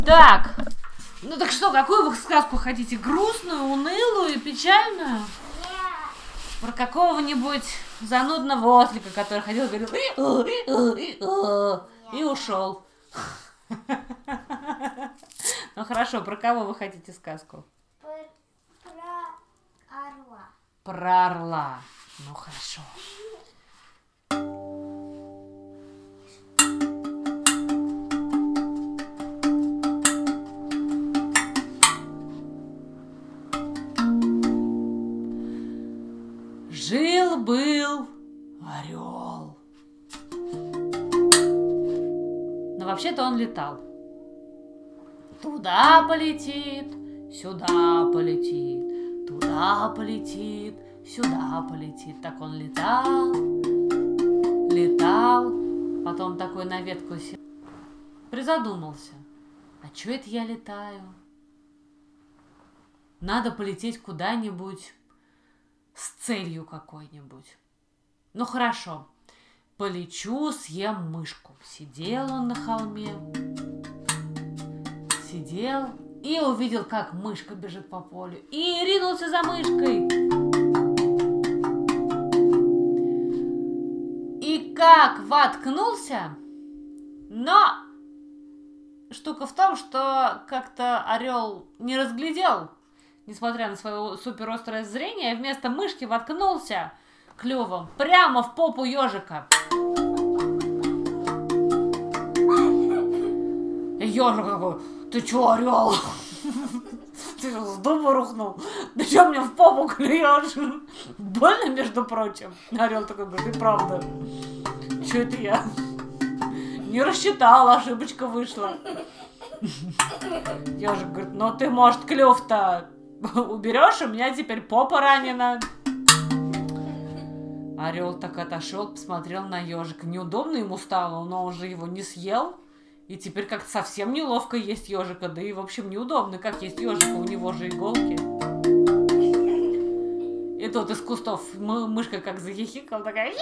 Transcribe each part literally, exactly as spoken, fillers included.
Так, ну так что, какую вы сказку хотите? Грустную, унылую, печальную? Про какого-нибудь занудного ослика, который ходил и говорил и ушел. Ну хорошо, про кого вы хотите сказку? Про орла. Про орла. Ну хорошо. Жил-был орел. Но вообще-то он летал. Туда полетит, сюда полетит, туда полетит, сюда полетит. Так он летал, летал, потом такой на ветку сел. Призадумался. А чё это я летаю? Надо полететь куда-нибудь с целью какой-нибудь. Ну хорошо, полечу, съем мышку. Сидел он на холме, сидел и увидел, как мышка бежит по полю, и ринулся за мышкой. И как воткнулся, но штука в том, что как-то орел не разглядел, несмотря на свое суперострое зрение, вместо мышки воткнулся клювом прямо в попу ежика. И ежик такой: ты чё, орел? Ты с дуба рухнул? Ты чё мне в попу клюешь? Больно, между прочим. Орел такой говорит: и правда. Чё это я? Не рассчитал, ошибочка вышла. Ежик говорит: ну ты, может, клюв-то уберешь, у меня теперь попа ранена. Орел так отошел, посмотрел на ежика. Неудобно ему стало, но он же его не съел. И теперь как-то совсем неловко есть ежика. Да и, в общем, неудобно, как есть ежика, у него же иголки. И тут из кустов мышка как захихикала, такая: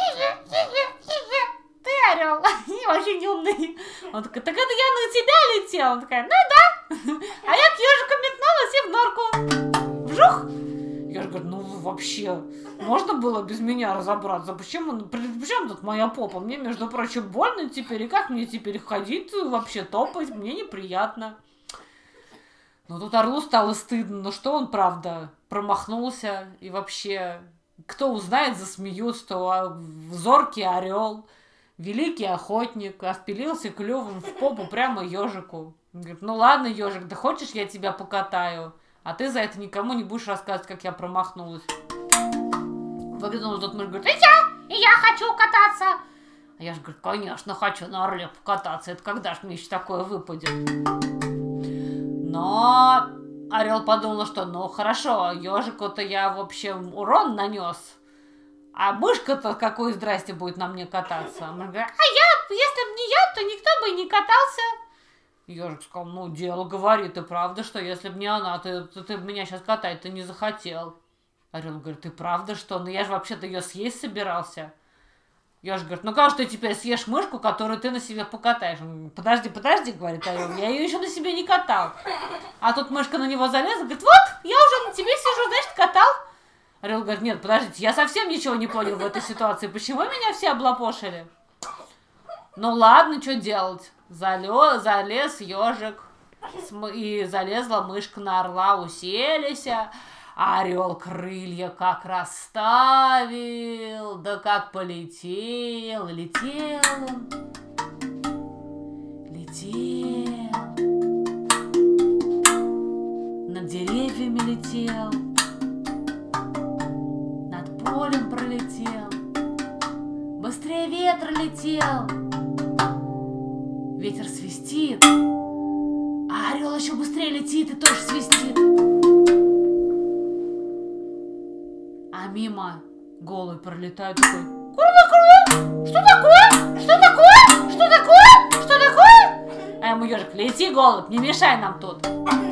ты орел, очень умный. Он такой: так это я на тебя летел. Он такая: ну да. А я к ежику метнулась и в норку. Вжух. Ежик говорит: ну вообще, можно было без меня разобраться? Почему, почему тут моя попа? Мне, между прочим, больно теперь. И как мне теперь ходить, вообще топать? Мне неприятно. Но тут орлу стало стыдно. Ну что он, правда, промахнулся. И вообще, кто узнает, засмеют, что зоркий орел, великий охотник, отпилился клювом в попу прямо ежику. Он говорит: ну ладно, ежик, да хочешь, я тебя покатаю? А ты за это никому не будешь рассказывать, как я промахнулась. Выглянула тут мышь, говорит: и я, и я хочу кататься. А я же говорю: конечно, хочу на орле покататься. Это когда ж мне еще такое выпадет? Но орел подумал, что ну хорошо, ежику-то я, в общем, урон нанес. А мышка-то какой здрасте будет на мне кататься? А мышь говорит: а я, если бы не я, то никто бы и не катался. Ежик сказал: ну, дело говорит, и правда, что если бы не она, ты, ты, ты меня сейчас катать-то не захотел. Орел говорит: ты правда, что? Ну, я же вообще-то ее съесть собирался. Ежик говорит: ну, как же ты теперь съешь мышку, которую ты на себе покатаешь? Подожди, подожди, говорит орел, я ее еще на себе не катал. А тут мышка на него залезла, говорит: вот, я уже на тебе сижу, значит, катал. Орел говорит: нет, подождите, я совсем ничего не понял в этой ситуации. Почему меня все облапошили? Ну, ладно, что делать? Залез, залез ежик, и залезла мышка на орла, уселись, а орел крылья как расставил, да как полетел, летел он, летел, над деревьями летел, над полем пролетел, быстрее ветра летел. Ветер свистит, а орел еще быстрее летит и тоже свистит. А мимо голубь пролетает такой: курва-курва, что такое? Что такое? Что такое? Что такое? А ему ежик: лети, голубь, не мешай нам тут.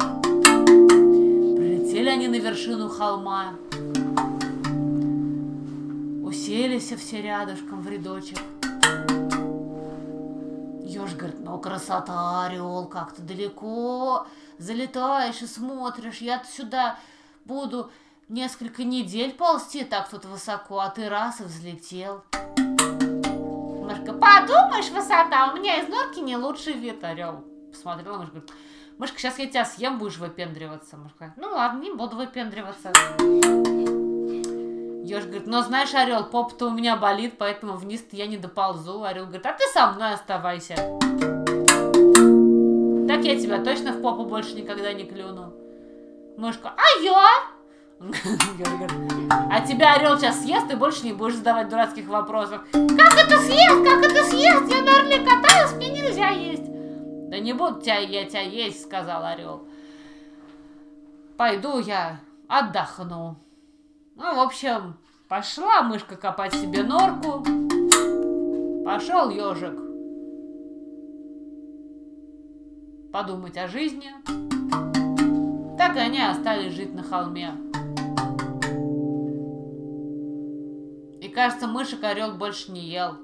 Прилетели они на вершину холма, уселись все рядышком в рядочек. Ёж говорит, ну красота, орел, как ты далеко залетаешь и смотришь. Я сюда буду несколько недель ползти так тут высоко, а ты раз и взлетел. Мышка, подумаешь, высота, у меня из норки не лучший вид, орел. Посмотрела, мышка говорит, мышка, сейчас я тебя съем, будешь выпендриваться. Мышка, ну ладно, не буду выпендриваться. Ёж говорит, ну знаешь, орел, попа-то у меня болит, поэтому вниз-то я не доползу. Орел говорит, а ты со мной оставайся. Так я тебя точно в попу больше никогда не клюну. Мышка, а я? Ёж говорит, а тебя орел сейчас съест, и больше не будешь задавать дурацких вопросов. Как это съест? Как это съест? Я на орле каталась, мне нельзя есть. Да не буду тебя, я тебя есть, сказал орел. Пойду я отдохну. Ну, в общем, пошла мышка копать себе норку. Пошел ежик подумать о жизни. Так и они остались жить на холме. И кажется, мышек орел больше не ел.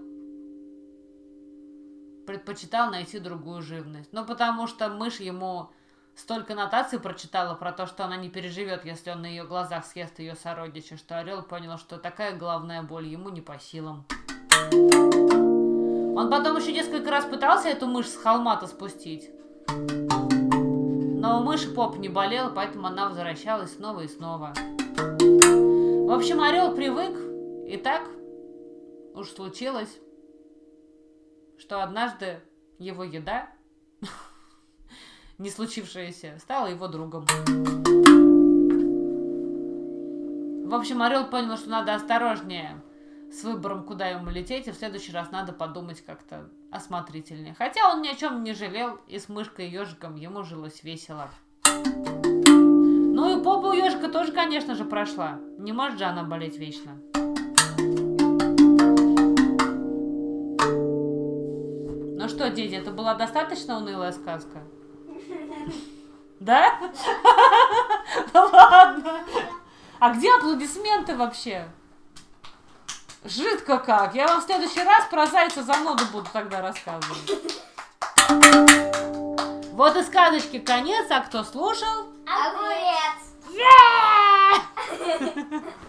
Предпочитал найти другую живность. Ну, потому что мышь ему столько нотаций прочитала про то, что она не переживет, если он на ее глазах съест ее сородича, что орел понял, что такая головная боль ему не по силам. Он потом еще несколько раз пытался эту мышь с холма-то спустить. Но у мыши попа не болела, поэтому она возвращалась снова и снова. В общем, орел привык, и так уж случилось, что однажды его еда, не случившееся, стала его другом. В общем, орел понял, что надо осторожнее с выбором, куда ему лететь, и в следующий раз надо подумать как-то осмотрительнее. Хотя он ни о чем не жалел, и с мышкой и ежиком ему жилось весело. Ну и попа у ежика тоже, конечно же, прошла. Не может же она болеть вечно. Ну что, дети, это была достаточно унылая сказка? Да? Ну ладно. А где аплодисменты вообще? Жидко как. Я вам в следующий раз про зайца зануду буду тогда рассказывать. Вот и сказочки конец, а кто слушал? Огурец! Yeah!